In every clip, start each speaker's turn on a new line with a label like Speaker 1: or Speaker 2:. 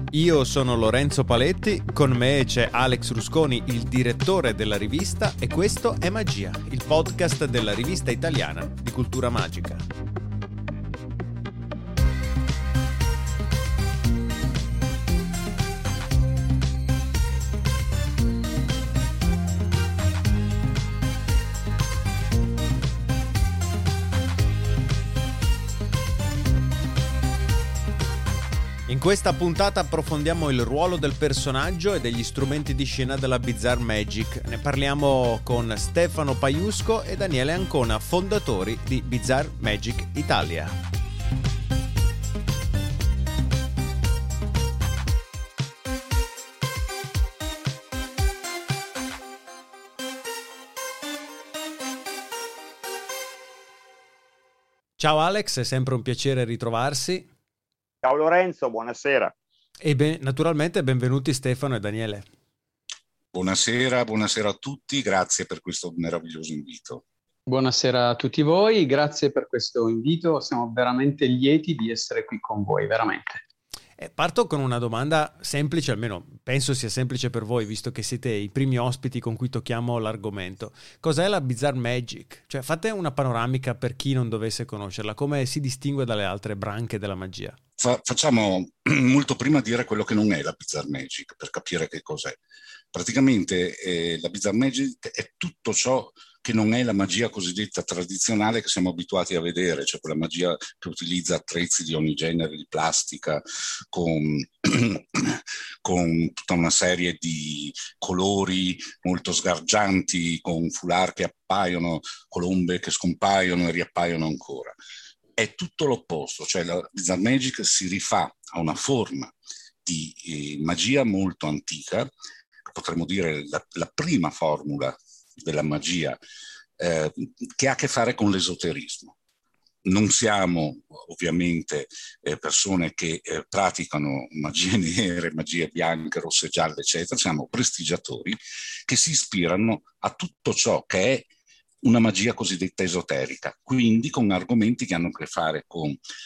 Speaker 1: Io sono Lorenzo Paletti, con me c'è Alex Rusconi, il direttore della rivista, e questo è Magia, il podcast della rivista italiana di cultura magica. In questa puntata approfondiamo il ruolo del personaggio e degli strumenti di scena della Bizarre Magic. Ne parliamo con Stefano Paiusco e Daniele Ancona, fondatori di Bizarre Magic Italia. Ciao Alex, è sempre un piacere ritrovarsi.
Speaker 2: Ciao Lorenzo, buonasera.
Speaker 1: E naturalmente benvenuti Stefano e Daniele.
Speaker 3: Buonasera a tutti, grazie per questo meraviglioso invito.
Speaker 4: Buonasera a tutti voi, grazie per questo invito, siamo veramente lieti di essere qui con voi, veramente.
Speaker 1: Parto con una domanda semplice, almeno penso sia semplice per voi, visto che siete i primi ospiti con cui tocchiamo l'argomento. Cos'è la Bizarre Magic? Cioè, fate una panoramica per chi non dovesse conoscerla, come si distingue dalle altre branche della magia?
Speaker 3: Facciamo molto prima dire quello che non è la Bizarre Magic, per capire che cos'è. Praticamente la Bizarre Magic è tutto ciò che non è la magia cosiddetta tradizionale che siamo abituati a vedere, cioè quella magia che utilizza attrezzi di ogni genere, di plastica, con tutta una serie di colori molto sgargianti, con foulard che appaiono, colombe che scompaiono e riappaiono ancora. È tutto l'opposto, cioè la Bizarre Magic si rifà a una forma di magia molto antica, potremmo dire la prima formula della magia che ha a che fare con l'esoterismo. Non siamo ovviamente persone che praticano magie nere, magie bianche, rosse, gialle, eccetera, siamo prestigiatori che si ispirano a tutto ciò che è una magia cosiddetta esoterica, quindi con argomenti che hanno a che fare con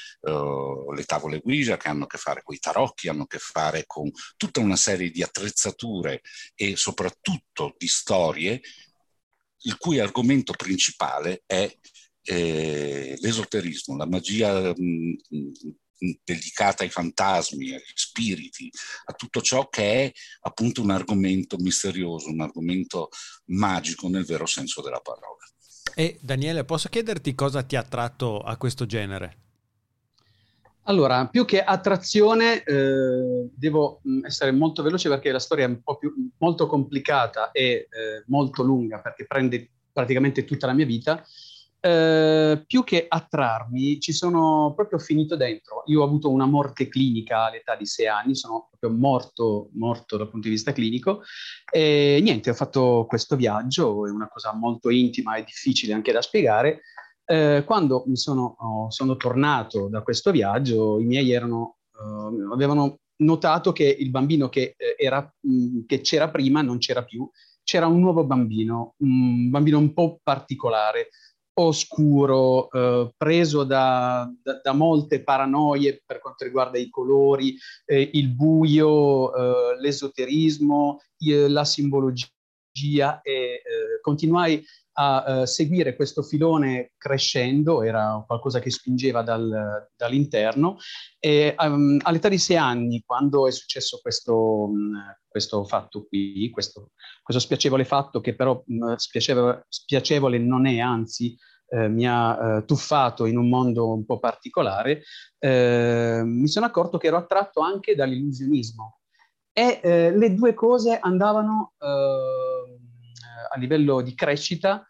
Speaker 3: le tavole Ouija, che hanno a che fare con i tarocchi, hanno a che fare con tutta una serie di attrezzature e soprattutto di storie, il cui argomento principale è l'esoterismo, la magia dedicata ai fantasmi, agli spiriti, a tutto ciò che è appunto un argomento misterioso, un argomento magico nel vero senso della parola.
Speaker 1: E Daniele, posso chiederti cosa ti ha attratto a questo genere?
Speaker 4: Allora, più che attrazione, devo essere molto veloce perché la storia è molto complicata e molto lunga, perché prende praticamente tutta la mia vita. Più che attrarmi, ci sono proprio finito dentro. Io ho avuto una morte clinica all'età di 6 anni, sono proprio morto dal punto di vista clinico, e niente, ho fatto questo viaggio, è una cosa molto intima e difficile anche da spiegare. Quando sono tornato da questo viaggio, i miei avevano notato che il bambino che c'era prima non c'era più, c'era un nuovo bambino, un bambino un po' particolare, oscuro, preso da molte paranoie per quanto riguarda i colori, il buio, l'esoterismo, la simbologia, e continuai a seguire questo filone crescendo, era qualcosa che spingeva dall'interno, e all'età di 6 anni, quando è successo questo fatto qui, questo spiacevole fatto, che però spiacevole non è, anzi mi ha tuffato in un mondo un po' particolare, mi sono accorto che ero attratto anche dall'illusionismo, e le due cose andavano a livello di crescita,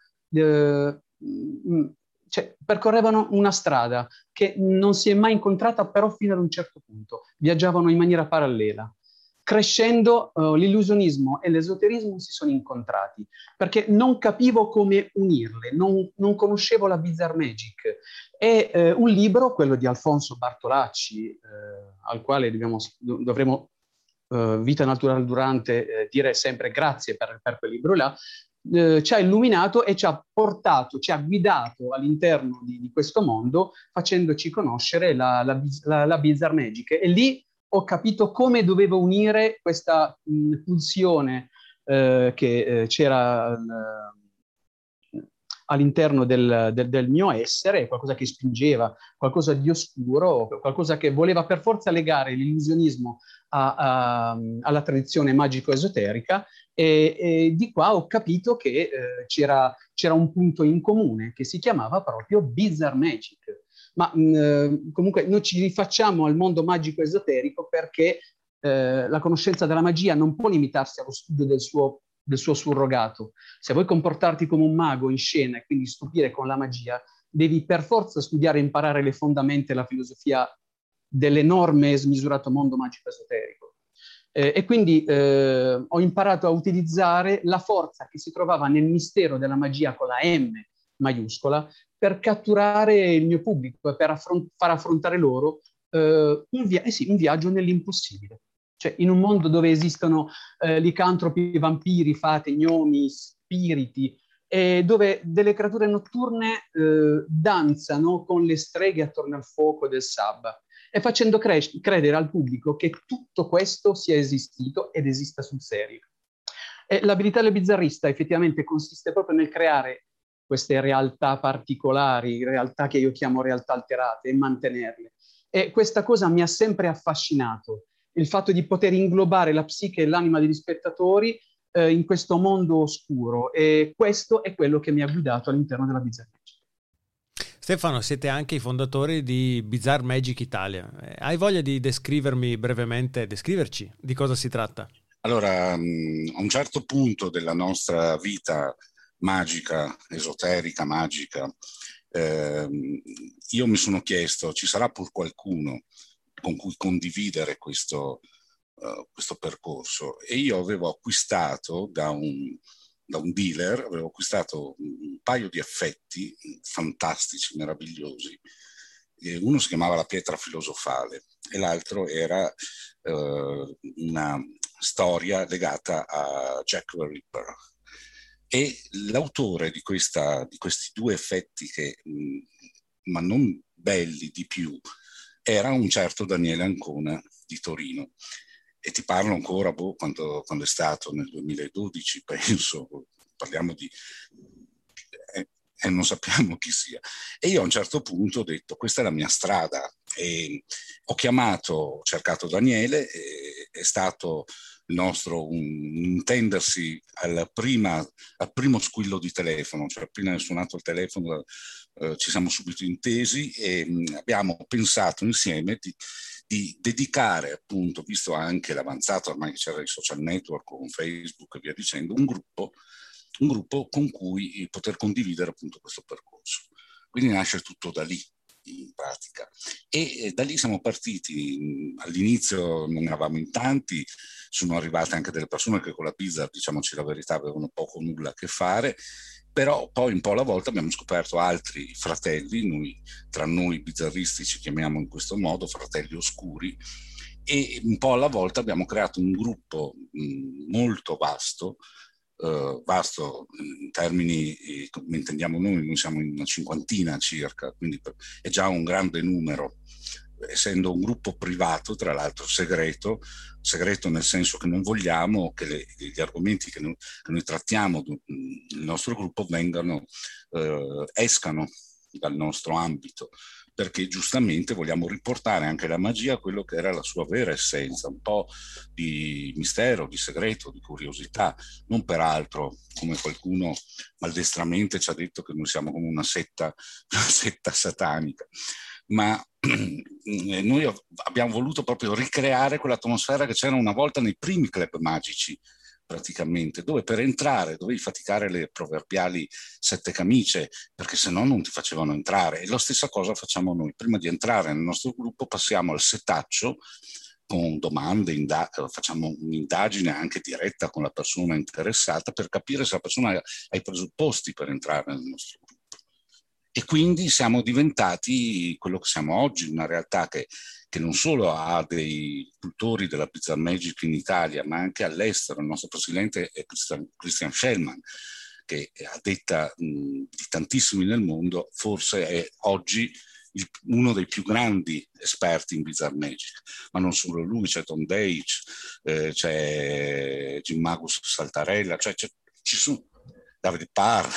Speaker 4: percorrevano una strada che non si è mai incontrata, però fino ad un certo punto viaggiavano in maniera parallela. Crescendo, l'illusionismo e l'esoterismo si sono incontrati, perché non capivo come unirle, non conoscevo la Bizarre Magic. E un libro, quello di Alfonso Bartolacci, al quale dovremo Vita Naturale Durante dire sempre grazie per quel libro là, ci ha illuminato e ci ha guidato all'interno di questo mondo, facendoci conoscere la Bizarre Magic. E lì ho capito come dovevo unire questa pulsione che c'era all'interno del mio essere, qualcosa che spingeva, qualcosa di oscuro, qualcosa che voleva per forza legare l'illusionismo alla tradizione magico-esoterica, e di qua ho capito che c'era un punto in comune che si chiamava proprio Bizarre Magic. Ma comunque noi ci rifacciamo al mondo magico-esoterico perché la conoscenza della magia non può limitarsi allo studio del suo surrogato. Se vuoi comportarti come un mago in scena e quindi stupire con la magia, devi per forza studiare e imparare le fondamenta e la filosofia dell'enorme e smisurato mondo magico-esoterico. E quindi ho imparato a utilizzare la forza che si trovava nel mistero della magia con la M maiuscola per catturare il mio pubblico e per far affrontare loro un viaggio nell'impossibile. Cioè, in un mondo dove esistono licantropi, vampiri, fate, gnomi, spiriti, e dove delle creature notturne danzano con le streghe attorno al fuoco del sabba, e facendo credere al pubblico che tutto questo sia esistito ed esista sul serio. E l'abilità del bizzarrista effettivamente consiste proprio nel creare queste realtà particolari, realtà che io chiamo realtà alterate, e mantenerle. E questa cosa mi ha sempre affascinato, il fatto di poter inglobare la psiche e l'anima degli spettatori in questo mondo oscuro, e questo è quello che mi ha guidato all'interno della Bizarre Magic.
Speaker 1: Stefano, siete anche i fondatori di Bizarre Magic Italia. Hai voglia di descriverci di cosa si tratta?
Speaker 3: Allora, a un certo punto della nostra vita magica, esoterica, magica, io mi sono chiesto, ci sarà pur qualcuno con cui condividere questo percorso? E io avevo acquistato da un dealer, avevo acquistato un paio di effetti fantastici, meravigliosi. Uno si chiamava la pietra filosofale e l'altro era una storia legata a Jack the Ripper. E l'autore di questi due effetti, ma non belli di più, era un certo Daniele Ancona di Torino. E ti parlo ancora quando è stato, nel 2012, penso, parliamo di... e non sappiamo chi sia. E io a un certo punto ho detto, questa è la mia strada. E ho cercato Daniele, è stato il nostro un intendersi al primo squillo di telefono, cioè appena è suonato il telefono ci siamo subito intesi e abbiamo pensato insieme di dedicare, appunto, visto anche l'avanzato ormai che c'era i social network con Facebook e via dicendo, un gruppo con cui poter condividere appunto questo percorso. Quindi nasce tutto da lì, in pratica. E da lì siamo partiti. All'inizio non eravamo in tanti, sono arrivate anche delle persone che con la Bizarre, diciamoci la verità, avevano poco o nulla a che fare, però poi un po' alla volta abbiamo scoperto altri fratelli, tra noi bizzarristi ci chiamiamo in questo modo, fratelli oscuri, e un po' alla volta abbiamo creato un gruppo molto vasto in termini come intendiamo noi siamo in una cinquantina circa, quindi è già un grande numero, essendo un gruppo privato, tra l'altro segreto nel senso che non vogliamo che gli argomenti che noi trattiamo nel nostro gruppo escano dal nostro ambito, perché giustamente vogliamo riportare anche la magia a quello che era la sua vera essenza, un po' di mistero, di segreto, di curiosità, non peraltro come qualcuno maldestramente ci ha detto che noi siamo come una setta satanica, ma noi abbiamo voluto proprio ricreare quell'atmosfera che c'era una volta nei primi club magici, praticamente, dove per entrare dovevi faticare le proverbiali 7 camicie, perché se no non ti facevano entrare. E la stessa cosa facciamo noi. Prima di entrare nel nostro gruppo passiamo al setaccio con domande, facciamo un'indagine anche diretta con la persona interessata per capire se la persona ha i presupposti per entrare nel nostro gruppo. E quindi siamo diventati quello che siamo oggi, una realtà che non solo ha dei cultori della Bizarre Magic in Italia, ma anche all'estero. Il nostro presidente è Christian Schellman, che a detta di tantissimi nel mondo, forse è oggi uno dei più grandi esperti in Bizarre Magic, ma non solo lui, c'è Tom Deitch, c'è Jim Magus Saltarella, cioè ci sono Davide Parr,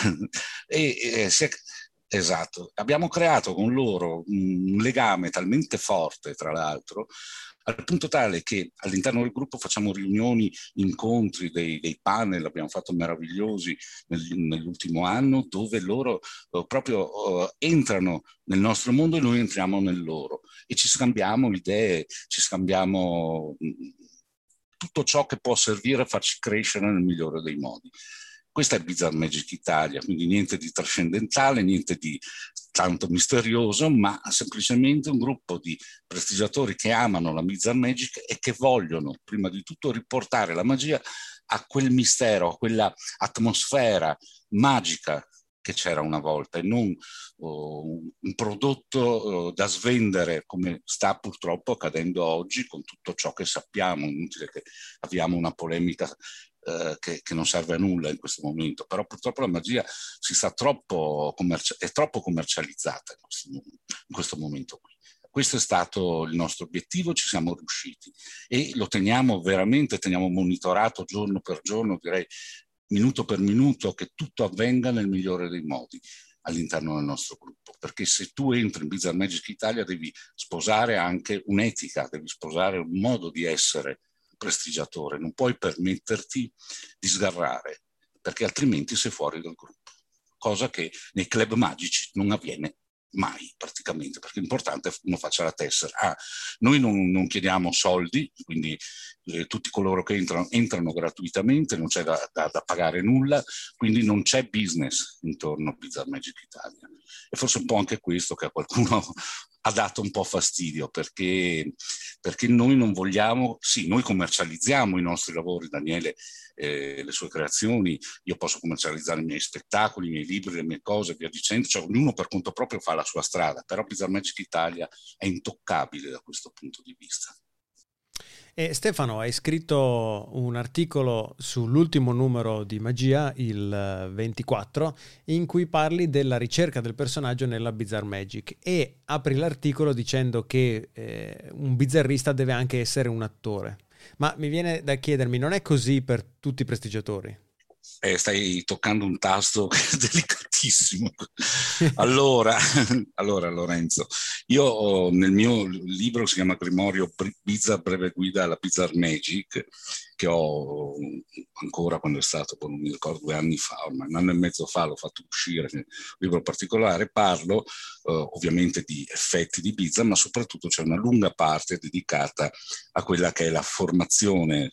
Speaker 3: esatto, abbiamo creato con loro un legame talmente forte, tra l'altro, al punto tale che all'interno del gruppo facciamo riunioni, incontri, dei panel, abbiamo fatto meravigliosi nell'ultimo anno, dove loro proprio entrano nel nostro mondo e noi entriamo nel loro, e ci scambiamo idee, ci scambiamo tutto ciò che può servire a farci crescere nel migliore dei modi. Questa è Bizarre Magic Italia, quindi niente di trascendentale, niente di tanto misterioso, ma semplicemente un gruppo di prestigiatori che amano la Bizarre Magic e che vogliono, prima di tutto, riportare la magia a quel mistero, a quella atmosfera magica che c'era una volta, e non un prodotto da svendere, come sta purtroppo accadendo oggi con tutto ciò che sappiamo. Inutile che abbiamo una polemica che non serve a nulla in questo momento, però purtroppo la magia è troppo commercializzata in questo momento qui. Questo è stato il nostro obiettivo, ci siamo riusciti e lo teniamo monitorato giorno per giorno, direi minuto per minuto, che tutto avvenga nel migliore dei modi all'interno del nostro gruppo, perché se tu entri in Bizarre Magic Italia devi sposare anche un'etica, devi sposare un modo di essere prestigiatore, non puoi permetterti di sgarrare, perché altrimenti sei fuori dal gruppo, cosa che nei club magici non avviene mai praticamente, perché l'importante è che uno faccia la tessera. Noi non chiediamo soldi, quindi tutti coloro che entrano gratuitamente, non c'è da pagare nulla, quindi non c'è business intorno a Bizarre Magic Italia. E forse un po' anche questo che a qualcuno ha dato un po' fastidio, perché noi non vogliamo, sì, noi commercializziamo i nostri lavori, Daniele, le sue creazioni, io posso commercializzare i miei spettacoli, i miei libri, le mie cose, via dicendo, cioè ognuno per conto proprio fa la sua strada, però Bizarre Magic Italia è intoccabile da questo punto di vista.
Speaker 1: E Stefano, hai scritto un articolo sull'ultimo numero di Magia, il 24, in cui parli della ricerca del personaggio nella Bizarre Magic, e apri l'articolo dicendo che un bizzarrista deve anche essere un attore. Ma mi viene da chiedermi, non è così per tutti i prestigiatori?
Speaker 3: Stai toccando un tasto delicatissimo. Allora, Lorenzo, io nel mio libro, si chiama Grimorio Bizarre, breve guida alla Bizarre Magic, che ho ancora quando è stato, non mi ricordo, 2 anni fa, ormai 1 anno e mezzo fa l'ho fatto uscire, un libro particolare, parlo ovviamente di effetti di Bizarre, ma soprattutto c'è una lunga parte dedicata a quella che è la formazione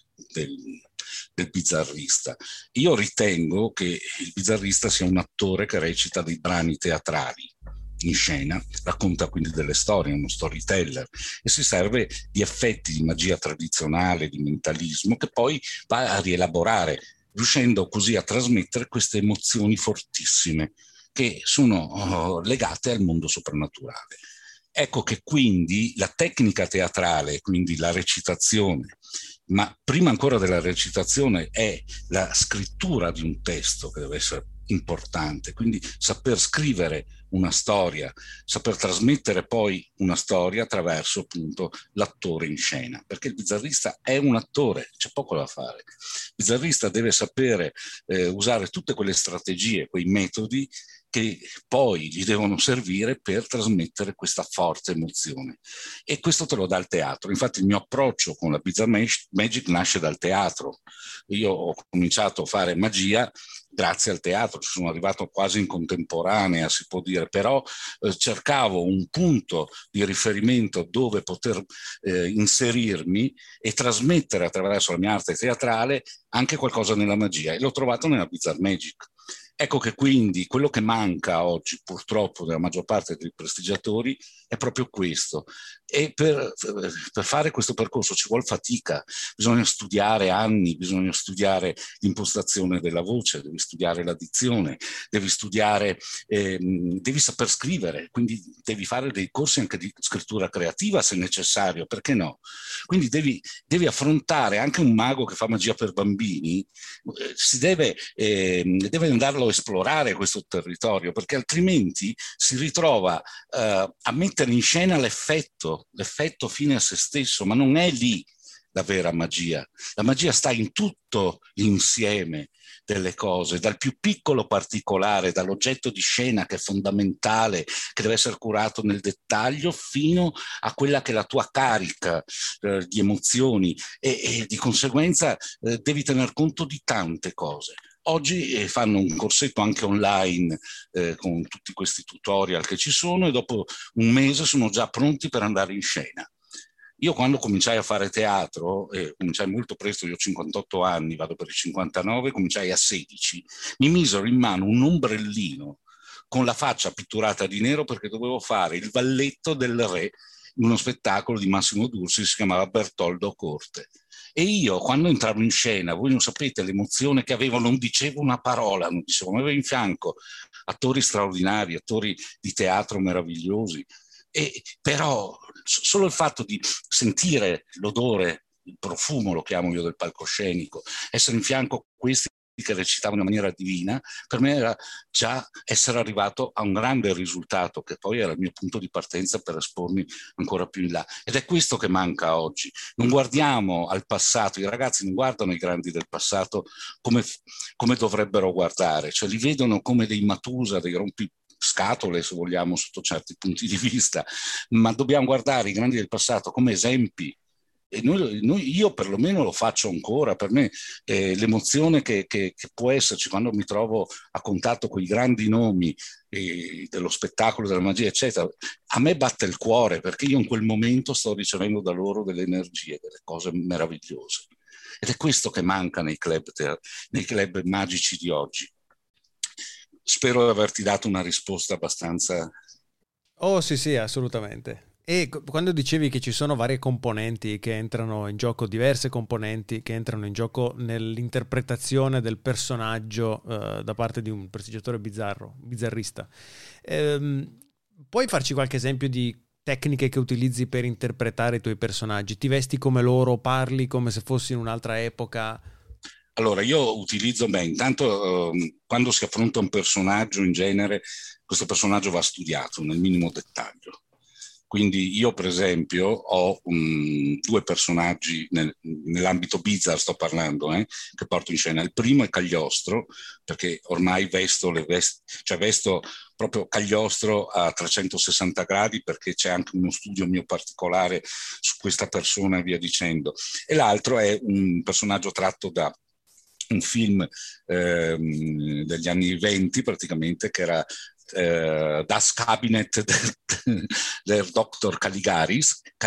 Speaker 3: del bizzarrista. Io ritengo che il bizzarrista sia un attore che recita dei brani teatrali in scena, racconta quindi delle storie, è uno storyteller, e si serve di effetti di magia tradizionale, di mentalismo, che poi va a rielaborare, riuscendo così a trasmettere queste emozioni fortissime che sono legate al mondo soprannaturale. Ecco che quindi la tecnica teatrale, quindi la recitazione, ma prima ancora della recitazione è la scrittura di un testo che deve essere importante, quindi saper scrivere una storia, saper trasmettere poi una storia attraverso appunto l'attore in scena, perché il bizzarrista è un attore, c'è poco da fare. Il bizzarrista deve sapere usare tutte quelle strategie, quei metodi che poi gli devono servire per trasmettere questa forte emozione. E questo te lo dà il teatro. Infatti il mio approccio con la Bizarre Magic nasce dal teatro. Io ho cominciato a fare magia grazie al teatro, ci sono arrivato quasi in contemporanea, si può dire, però cercavo un punto di riferimento dove poter inserirmi e trasmettere attraverso la mia arte teatrale anche qualcosa nella magia, e l'ho trovato nella Bizarre Magic. Ecco che quindi quello che manca oggi purtroppo nella maggior parte dei prestigiatori è proprio questo, e per fare questo percorso ci vuole fatica, bisogna studiare anni, bisogna studiare l'impostazione della voce, devi studiare la dizione, devi studiare, devi saper scrivere, quindi devi fare dei corsi anche di scrittura creativa se necessario, perché no? Quindi devi affrontare, anche un mago che fa magia per bambini si deve andarlo a esplorare questo territorio, perché altrimenti si ritrova a mettere mettere in scena l'effetto fine a se stesso, ma non è lì la vera magia. La magia sta in tutto l'insieme delle cose, dal più piccolo particolare, dall'oggetto di scena che è fondamentale, che deve essere curato nel dettaglio, fino a quella che è la tua carica di emozioni e di conseguenza devi tener conto di tante cose. Oggi fanno un corsetto anche online con tutti questi tutorial che ci sono e dopo un mese sono già pronti per andare in scena. Io quando cominciai a fare teatro, cominciai molto presto, io ho 58 anni, vado per i 59, cominciai a 16, mi misero in mano un ombrellino con la faccia pitturata di nero perché dovevo fare il valletto del re in uno spettacolo di Massimo Dursi che si chiamava Bertoldo Corte. E io quando entravo in scena, voi non sapete l'emozione che avevo, non dicevo una parola, non dicevo, ma avevo in fianco attori straordinari, attori di teatro meravigliosi. E però solo il fatto di sentire l'odore, il profumo, lo chiamo io, del palcoscenico, essere in fianco a questi che recitavano in maniera divina, per me era già essere arrivato a un grande risultato che poi era il mio punto di partenza per espormi ancora più in là. Ed è questo che manca oggi. Non guardiamo al passato, i ragazzi non guardano i grandi del passato come dovrebbero guardare, cioè li vedono come dei Matusa, dei rompiscatole, se vogliamo, sotto certi punti di vista, ma dobbiamo guardare i grandi del passato come esempi. E io perlomeno lo faccio ancora. Per me l'emozione che può esserci quando mi trovo a contatto con i grandi nomi dello spettacolo, della magia, eccetera, a me batte il cuore perché io in quel momento sto ricevendo da loro delle energie, delle cose meravigliose. Ed è questo che manca nei club magici di oggi. Spero di averti dato una risposta abbastanza...
Speaker 1: Oh sì, assolutamente. E quando dicevi che ci sono varie componenti che entrano in gioco, diverse componenti che entrano in gioco nell'interpretazione del personaggio da parte di un prestigiatore bizzarrista, puoi farci qualche esempio di tecniche che utilizzi per interpretare i tuoi personaggi? Ti vesti come loro, parli come se fossi in un'altra epoca?
Speaker 3: Allora, io utilizzo, intanto quando si affronta un personaggio in genere, questo personaggio va studiato nel minimo dettaglio. Quindi io per esempio ho due personaggi nell'ambito bizzarro, sto parlando, che porto in scena. Il primo è Cagliostro, perché ormai vesto proprio Cagliostro a 360 gradi, perché c'è anche uno studio mio particolare su questa persona e via dicendo. E l'altro è un personaggio tratto da un film degli anni 20 praticamente, che era Das Cabinet del Dr. Caligari,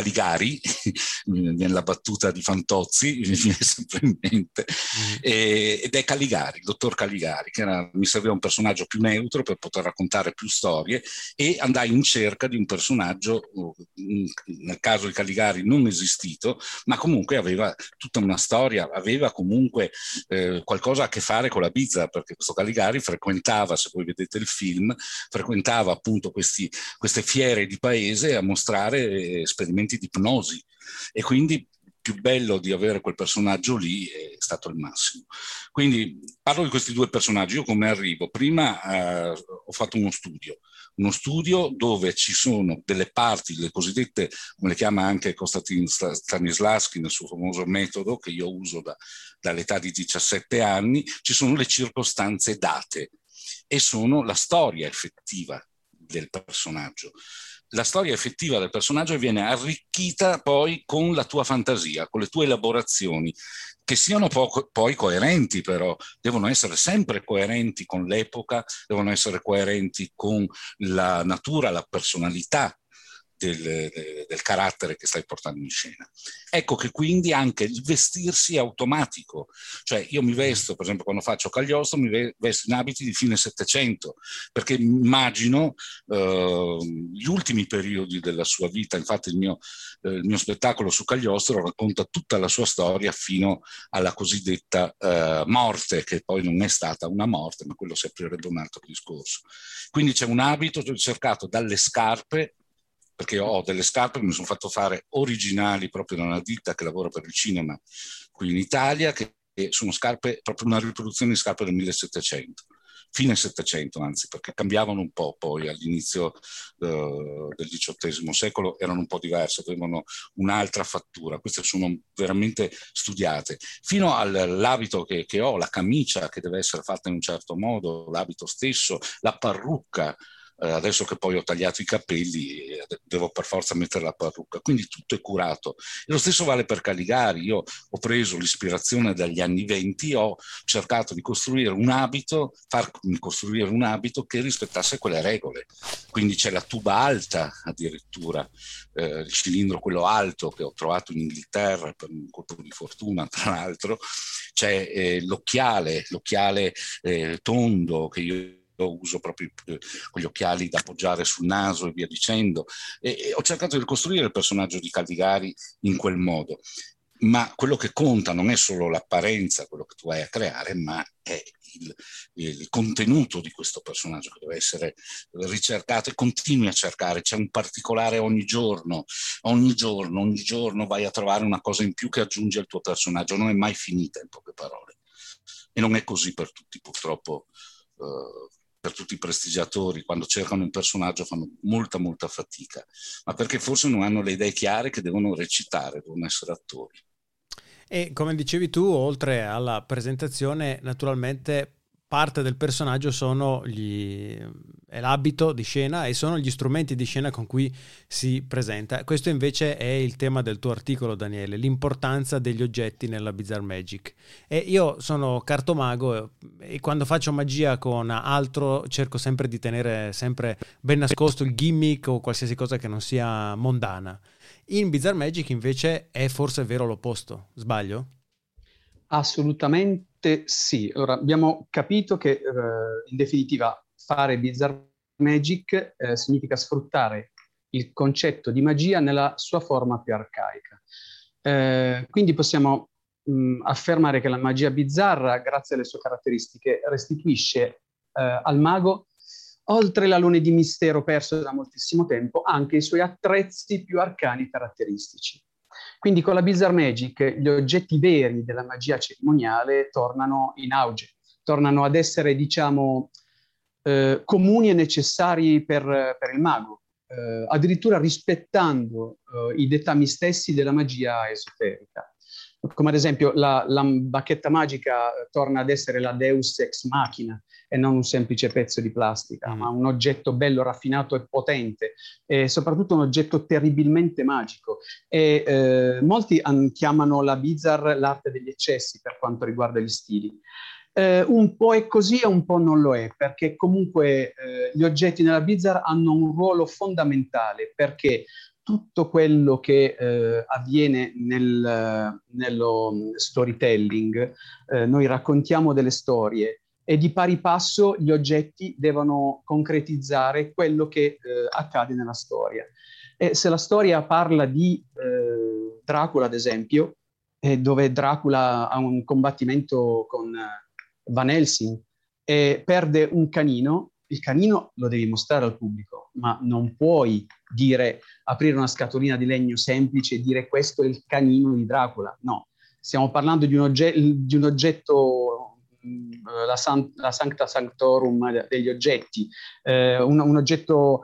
Speaker 3: nella battuta di Fantozzi, mi viene sempre in mente, ed è Caligari, il dottor Caligari, che mi serviva un personaggio più neutro per poter raccontare più storie, e andai in cerca di un personaggio, nel caso di Caligari non esistito, ma comunque aveva tutta una storia, aveva comunque qualcosa a che fare con la bizza, perché questo Caligari frequentava, se voi vedete il film, frequentava appunto queste fiere di paese a mostrare esperimenti di ipnosi, e quindi più bello di avere quel personaggio lì è stato il massimo. Quindi parlo di questi due personaggi. Io come arrivo? Prima ho fatto uno studio dove ci sono delle parti, le cosiddette, come le chiama anche Konstantin Stanislavski nel suo famoso metodo che io uso dall'età di 17 anni, ci sono le circostanze date e sono la storia effettiva del personaggio. La storia effettiva del personaggio viene arricchita poi con la tua fantasia, con le tue elaborazioni, che siano poi coerenti, però devono essere sempre coerenti con l'epoca, devono essere coerenti con la natura, la personalità del carattere che stai portando in scena. Ecco che quindi anche il vestirsi è automatico, cioè io mi vesto, per esempio quando faccio Cagliostro, mi vesto in abiti di fine Settecento, perché immagino gli ultimi periodi della sua vita. Infatti il mio spettacolo su Cagliostro racconta tutta la sua storia fino alla cosiddetta morte, che poi non è stata una morte, ma quello si aprirebbe un altro discorso. Quindi c'è un abito che ho cercato dalle scarpe, perché ho delle scarpe che mi sono fatto fare originali proprio da una ditta che lavora per il cinema qui in Italia, che sono scarpe, proprio una riproduzione di scarpe del 1700. fine Settecento anzi, perché cambiavano un po' poi all'inizio del XVIII secolo, erano un po' diverse, avevano un'altra fattura. Queste sono veramente studiate, fino all'abito che ho, la camicia che deve essere fatta in un certo modo, l'abito stesso, la parrucca. Adesso che poi ho tagliato i capelli devo per forza mettere la parrucca, quindi tutto è curato. E lo stesso vale per Caligari. Io ho preso l'ispirazione dagli anni *20, ho cercato di costruire un abito, farmi costruire un abito che rispettasse quelle regole. Quindi c'è la tuba alta addirittura, il cilindro quello alto che ho trovato in Inghilterra per un colpo di fortuna tra l'altro, c'è l'occhiale tondo che io uso proprio con gli occhiali da appoggiare sul naso e via dicendo, e ho cercato di ricostruire il personaggio di Caligari in quel modo. Ma quello che conta non è solo l'apparenza, quello che tu vai a creare, ma è il contenuto di questo personaggio che deve essere ricercato, e continui a cercare. C'è un particolare ogni giorno vai a trovare una cosa in più che aggiunge al tuo personaggio, non è mai finita, in poche parole. E non è così per tutti, purtroppo. Per tutti i prestigiatori, quando cercano il personaggio fanno molta fatica, ma perché forse non hanno le idee chiare che devono recitare, devono essere attori.
Speaker 1: E come dicevi tu, oltre alla presentazione, naturalmente parte del personaggio è l'abito di scena e sono gli strumenti di scena con cui si presenta. Questo invece è il tema del tuo articolo, Daniele, l'importanza degli oggetti nella Bizarre Magic. E io sono cartomago e quando faccio magia con altro cerco sempre di tenere sempre ben nascosto il gimmick o qualsiasi cosa che non sia mondana. In Bizarre Magic invece è forse vero l'opposto, sbaglio?
Speaker 4: Assolutamente sì. Allora, abbiamo capito che in definitiva fare Bizarre Magic significa sfruttare il concetto di magia nella sua forma più arcaica. Quindi possiamo affermare che la magia bizzarra, grazie alle sue caratteristiche, restituisce al mago, oltre l'alone di mistero perso da moltissimo tempo, anche i suoi attrezzi più arcani e caratteristici. Quindi con la Bizarre Magic gli oggetti veri della magia cerimoniale tornano in auge, tornano ad essere, diciamo, comuni e necessari per il mago, addirittura rispettando i dettami stessi della magia esoterica. Come ad esempio la bacchetta magica torna ad essere la Deus ex machina e non un semplice pezzo di plastica, ma un oggetto bello, raffinato e potente, e soprattutto un oggetto terribilmente magico. E molti chiamano la Bizarre l'arte degli eccessi per quanto riguarda gli stili. Un po' è così e un po' non lo è, perché comunque gli oggetti nella Bizarre hanno un ruolo fondamentale, perché tutto quello che avviene nello storytelling, noi raccontiamo delle storie e di pari passo gli oggetti devono concretizzare quello che accade nella storia. E se la storia parla di Dracula, ad esempio, dove Dracula ha un combattimento con Van Helsing e perde un canino, il canino lo devi mostrare al pubblico, ma non puoi aprire una scatolina di legno semplice e dire questo è il canino di Dracula. No, stiamo parlando di un oggetto, la Sancta Sanctorum degli oggetti, un oggetto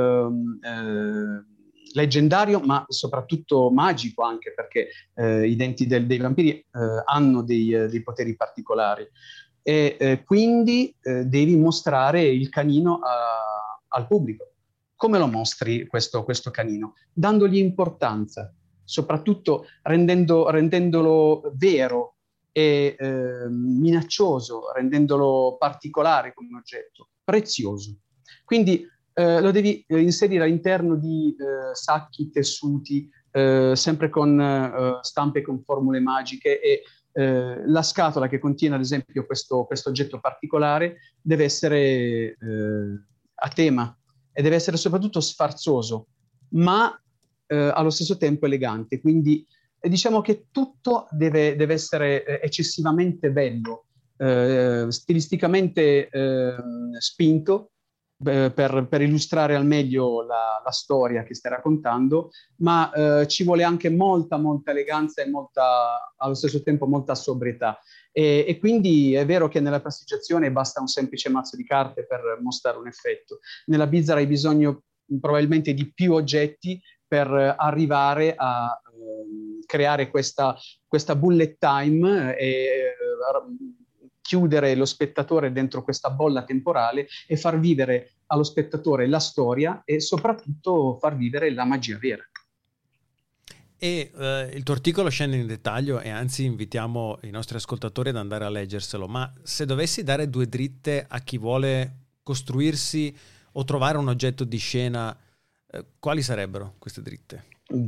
Speaker 4: leggendario, ma soprattutto magico, anche perché i denti dei vampiri hanno dei poteri particolari. E quindi devi mostrare il canino al pubblico. Come lo mostri questo canino? Dandogli importanza, soprattutto rendendolo vero e minaccioso, rendendolo particolare come oggetto, prezioso. Quindi lo devi inserire all'interno di sacchi, tessuti, sempre con stampe con formule magiche, e la scatola che contiene ad esempio questo oggetto particolare deve essere a tema e deve essere soprattutto sfarzoso, ma allo stesso tempo elegante. Quindi diciamo che tutto deve essere eccessivamente bello, stilisticamente spinto, per illustrare al meglio la storia che stai raccontando, ma ci vuole anche molta eleganza e allo stesso tempo molta sobrietà. E quindi è vero che nella pastiggiazione basta un semplice mazzo di carte per mostrare un effetto. Nella Bizzarra hai bisogno probabilmente di più oggetti per arrivare a creare questa bullet time e chiudere lo spettatore dentro questa bolla temporale e far vivere allo spettatore la storia e soprattutto far vivere la magia vera.
Speaker 1: E il tuo articolo scende in dettaglio e anzi invitiamo i nostri ascoltatori ad andare a leggerselo, ma se dovessi dare 2 dritte a chi vuole costruirsi o trovare un oggetto di scena, quali sarebbero queste dritte?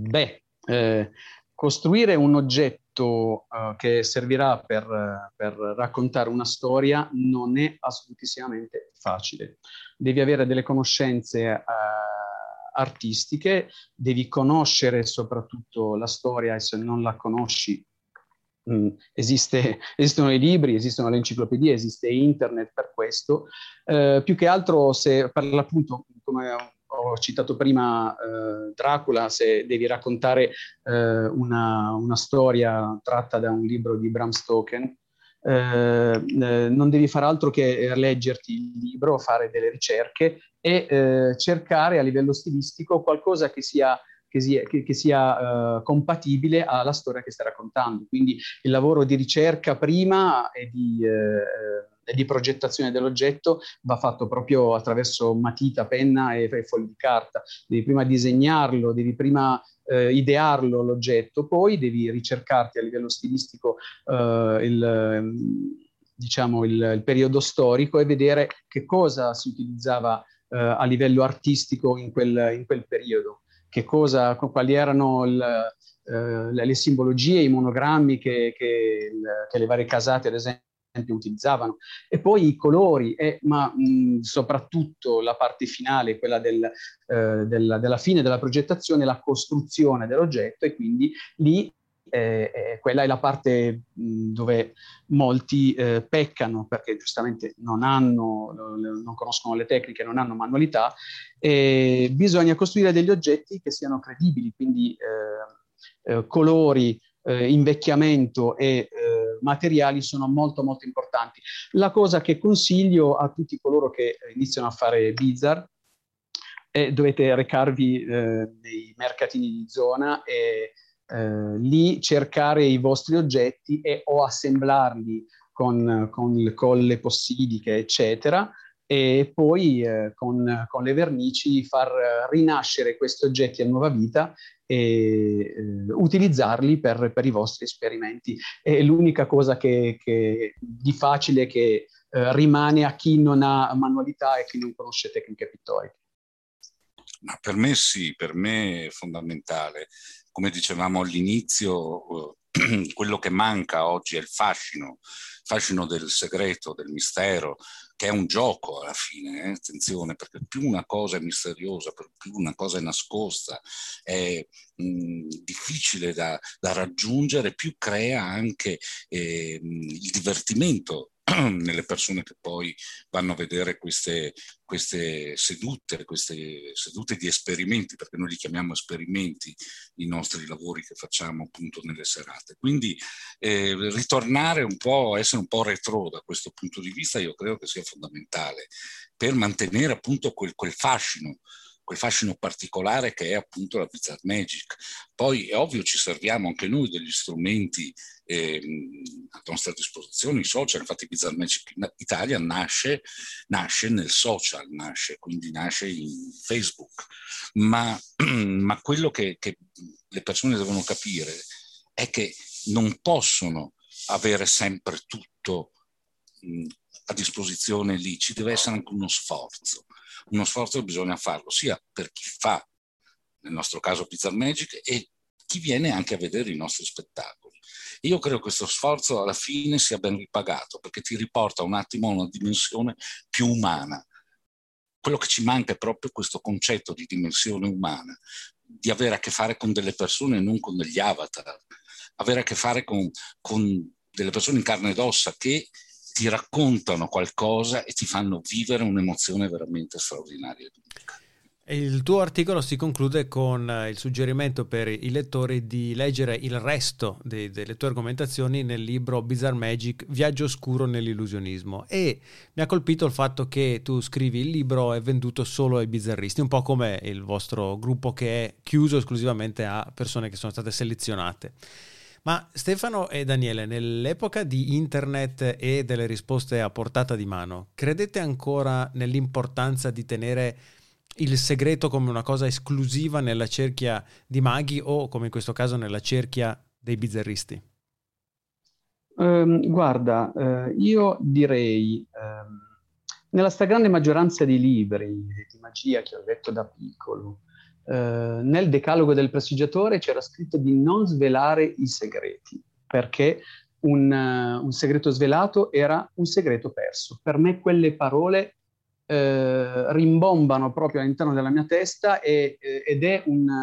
Speaker 4: Costruire un oggetto che servirà per raccontare una storia non è assolutissimamente facile. Devi avere delle conoscenze artistiche, devi conoscere soprattutto la storia, e se non la conosci esistono i libri, esistono le enciclopedie, esiste internet per questo. Più che altro, se per l'appunto, come ho citato prima, Dracula, se devi raccontare una storia tratta da un libro di Bram Stoker, non devi fare altro che leggerti il libro, fare delle ricerche e cercare a livello stilistico qualcosa che sia compatibile alla storia che stai raccontando. Quindi il lavoro di ricerca prima e di progettazione dell'oggetto va fatto proprio attraverso matita, penna e fogli di carta. Devi prima disegnarlo, devi prima idearlo l'oggetto, poi devi ricercarti a livello stilistico il periodo storico e vedere che cosa si utilizzava a livello artistico in quel periodo, quali erano le simbologie, i monogrammi che le varie casate, ad esempio, utilizzavano, e poi i colori, ma soprattutto la parte finale, quella della fine della progettazione, la costruzione dell'oggetto, e quindi lì quella è la parte dove molti peccano, perché giustamente non conoscono le tecniche, non hanno manualità, e bisogna costruire degli oggetti che siano credibili, quindi colori, invecchiamento e materiali sono molto importanti. La cosa che consiglio a tutti coloro che iniziano a fare Bizzarr è dovete recarvi nei mercatini di zona e lì cercare i vostri oggetti o assemblarli con le colle possidiche, eccetera, e poi con le vernici far rinascere questi oggetti a nuova vita e utilizzarli per i vostri esperimenti. È l'unica cosa di facile che rimane a chi non ha manualità e chi non conosce tecniche pittoriche.
Speaker 3: Ma per me sì, per me è fondamentale. Come dicevamo all'inizio, quello che manca oggi è il fascino del segreto, del mistero, che è un gioco alla fine, attenzione, perché più una cosa è misteriosa, più una cosa è nascosta, è difficile da raggiungere, più crea anche il divertimento nelle persone che poi vanno a vedere queste sedute di esperimenti, perché noi li chiamiamo esperimenti i nostri lavori che facciamo appunto nelle serate. Quindi ritornare un po', essere un po' retro da questo punto di vista, io credo che sia fondamentale per mantenere appunto quel fascino particolare che è appunto la Bizzarr Magic. Poi è ovvio, ci serviamo anche noi degli strumenti a nostra disposizione, i social. Infatti Bizzarr Magic Italia nasce nel social, quindi nasce in Facebook, ma quello che le persone devono capire è che non possono avere sempre tutto a disposizione lì, ci deve essere anche uno sforzo che bisogna farlo sia per chi fa, nel nostro caso Bizzarr Magic, e chi viene anche a vedere i nostri spettacoli. Io credo che questo sforzo alla fine sia ben ripagato, perché ti riporta un attimo a una dimensione più umana. Quello che ci manca è proprio questo concetto di dimensione umana, di avere a che fare con delle persone e non con degli avatar, avere a che fare con delle persone in carne ed ossa che ti raccontano qualcosa e ti fanno vivere un'emozione veramente straordinaria.
Speaker 1: Il tuo articolo si conclude con il suggerimento per i lettori di leggere il resto delle tue argomentazioni nel libro Bizarre Magic, Viaggio oscuro nell'illusionismo, e mi ha colpito il fatto che tu scrivi il libro è venduto solo ai bizzarristi, un po' come il vostro gruppo che è chiuso esclusivamente a persone che sono state selezionate. Ma Stefano e Daniele, nell'epoca di internet e delle risposte a portata di mano, credete ancora nell'importanza di tenere il segreto come una cosa esclusiva nella cerchia di maghi o, come in questo caso, nella cerchia dei bizzarristi?
Speaker 4: Guarda, io direi, nella stragrande maggioranza dei libri di magia che ho letto da piccolo, nel decalogo del prestigiatore c'era scritto di non svelare i segreti, perché un segreto svelato era un segreto perso. Per me quelle parole rimbombano proprio all'interno della mia testa ed è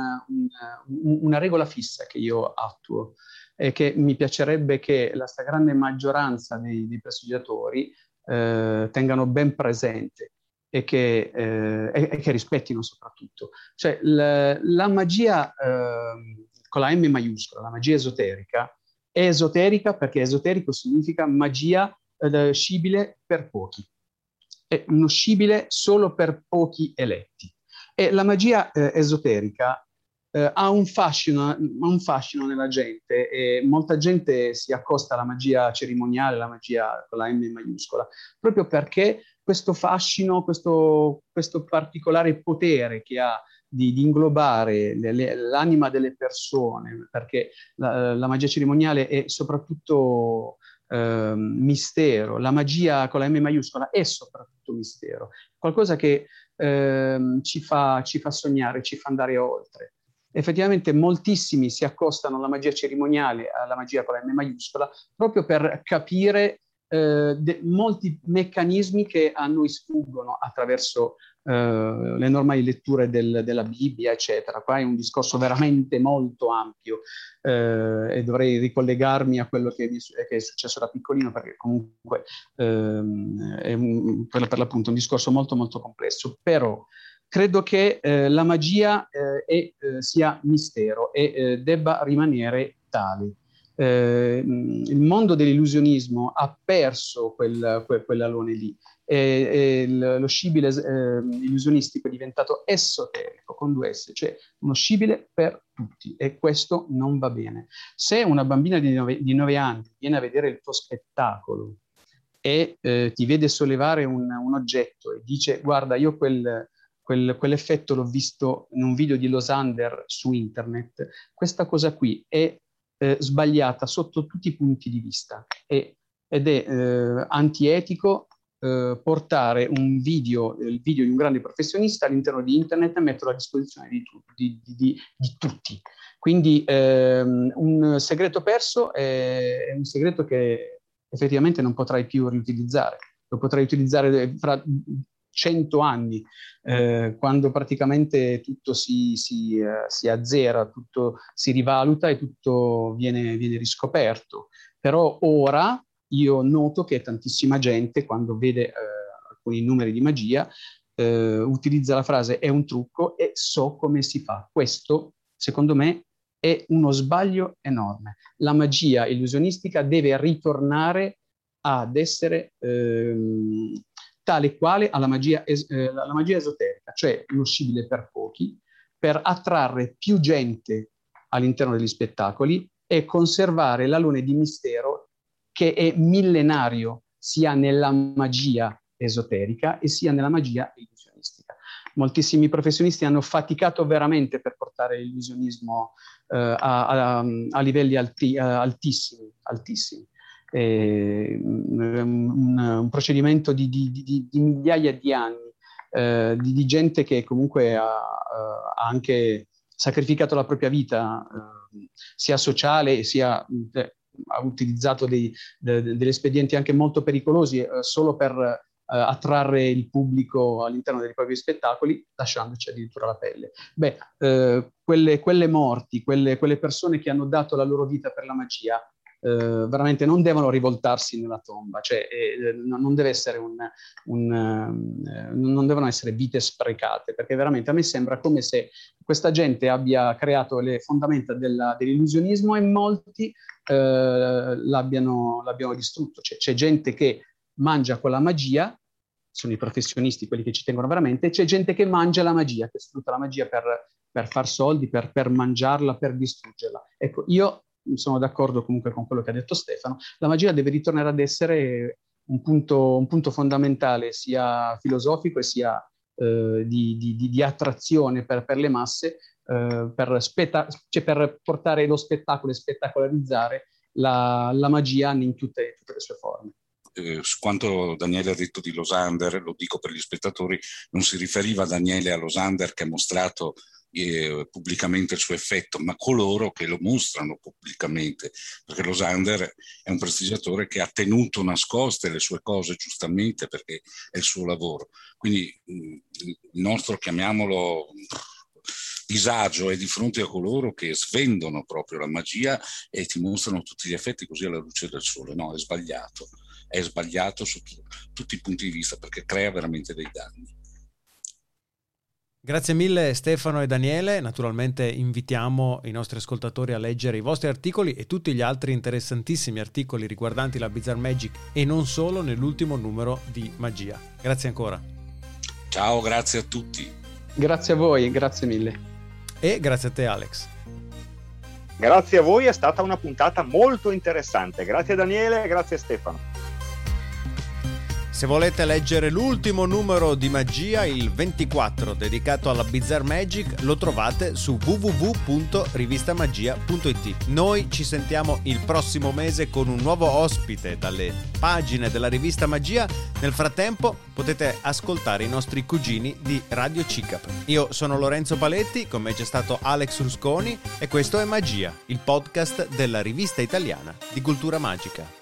Speaker 4: una regola fissa che io attuo e che mi piacerebbe che la stragrande maggioranza dei prestigiatori tengano ben presente e che rispettino soprattutto. Cioè la magia con la M maiuscola, la magia esoterica, è esoterica perché esoterico significa magia scibile per pochi. È uno scibile solo per pochi eletti. E la magia esoterica ha un fascino nella gente e molta gente si accosta alla magia cerimoniale, la magia con la M maiuscola, proprio perché questo fascino, questo particolare potere che ha di inglobare l'anima delle persone, perché la magia cerimoniale è soprattutto mistero, la magia con la M maiuscola è soprattutto mistero, qualcosa che ci fa sognare, ci fa andare oltre. Effettivamente moltissimi si accostano alla magia cerimoniale, alla magia con la M maiuscola, proprio per capire molti meccanismi che a noi sfuggono attraverso le normali letture della Bibbia, eccetera. Qua è un discorso veramente molto ampio e dovrei ricollegarmi a quello che è successo da piccolino, perché comunque è per l'appunto un discorso molto molto complesso, però credo che la magia sia mistero e debba rimanere tale. Il mondo dell'illusionismo ha perso quell'alone lì e lo scibile illusionistico è diventato esoterico con 2 S, cioè uno scibile per tutti, e questo non va bene. Se una bambina di 9 anni viene a vedere il tuo spettacolo e ti vede sollevare un oggetto e dice guarda, io quell'effetto l'ho visto in un video di Losander su internet, questa cosa qui è sbagliata sotto tutti i punti di vista ed è antietico portare il video di un grande professionista all'interno di internet e metterlo a disposizione di tutti. Quindi un segreto perso è un segreto che effettivamente non potrai più riutilizzare, lo potrai utilizzare fra 100 anni, quando praticamente tutto si azzera, tutto si rivaluta e tutto viene riscoperto. Però ora io noto che tantissima gente, quando vede alcuni numeri di magia, utilizza la frase è un trucco e so come si fa. Questo, secondo me, è uno sbaglio enorme. La magia illusionistica deve ritornare ad essere tale quale alla magia esoterica, cioè uno scibile per pochi, per attrarre più gente all'interno degli spettacoli e conservare l'alone di mistero che è millenario sia nella magia esoterica e sia nella magia illusionistica. Moltissimi professionisti hanno faticato veramente per portare l'illusionismo a livelli altissimi. Un procedimento di migliaia di anni, di gente che comunque ha anche sacrificato la propria vita, sia sociale, sia ha utilizzato degli espedienti anche molto pericolosi solo per attrarre il pubblico all'interno dei propri spettacoli, lasciandoci addirittura la pelle. Quelle morti, quelle persone che hanno dato la loro vita per la magia, veramente non devono rivoltarsi nella tomba, cioè non deve essere non devono essere vite sprecate, perché veramente a me sembra come se questa gente abbia creato le fondamenta dell'illusionismo e molti l'abbiano distrutto. C'è gente che mangia con la magia, sono i professionisti quelli che ci tengono veramente, e c'è gente che mangia la magia, che sfrutta la magia per far soldi, per mangiarla, per distruggerla. Ecco, io sono d'accordo comunque con quello che ha detto Stefano. La magia deve ritornare ad essere un punto fondamentale, sia filosofico e sia di attrazione per le masse, per portare lo spettacolo e spettacolarizzare la magia in tutte le sue forme.
Speaker 3: Su quanto Daniele ha detto di Losander, lo dico per gli spettatori, non si riferiva Daniele a Losander che ha mostrato pubblicamente il suo effetto, ma coloro che lo mostrano pubblicamente, perché Losander è un prestigiatore che ha tenuto nascoste le sue cose, giustamente, perché è il suo lavoro. Quindi il nostro, chiamiamolo, disagio è di fronte a coloro che svendono proprio la magia e ti mostrano tutti gli effetti così alla luce del sole. No, è sbagliato su tutti i punti di vista, perché crea veramente dei danni.
Speaker 1: Grazie mille Stefano e Daniele, naturalmente invitiamo i nostri ascoltatori a leggere i vostri articoli e tutti gli altri interessantissimi articoli riguardanti la Bizarre Magic e non solo nell'ultimo numero di Magia. Grazie ancora.
Speaker 3: Ciao, grazie a tutti.
Speaker 4: Grazie a voi, grazie mille.
Speaker 1: E grazie a te Alex.
Speaker 2: Grazie a voi, è stata una puntata molto interessante. Grazie Daniele e grazie Stefano.
Speaker 1: Se volete leggere l'ultimo numero di Magia, il 24, dedicato alla Bizarre Magic, lo trovate su www.rivistamagia.it. Noi ci sentiamo il prossimo mese con un nuovo ospite dalle pagine della rivista Magia. Nel frattempo potete ascoltare i nostri cugini di Radio CICAP. Io sono Lorenzo Paletti, con me c'è stato Alex Rusconi e questo è Magia, il podcast della rivista italiana di cultura magica.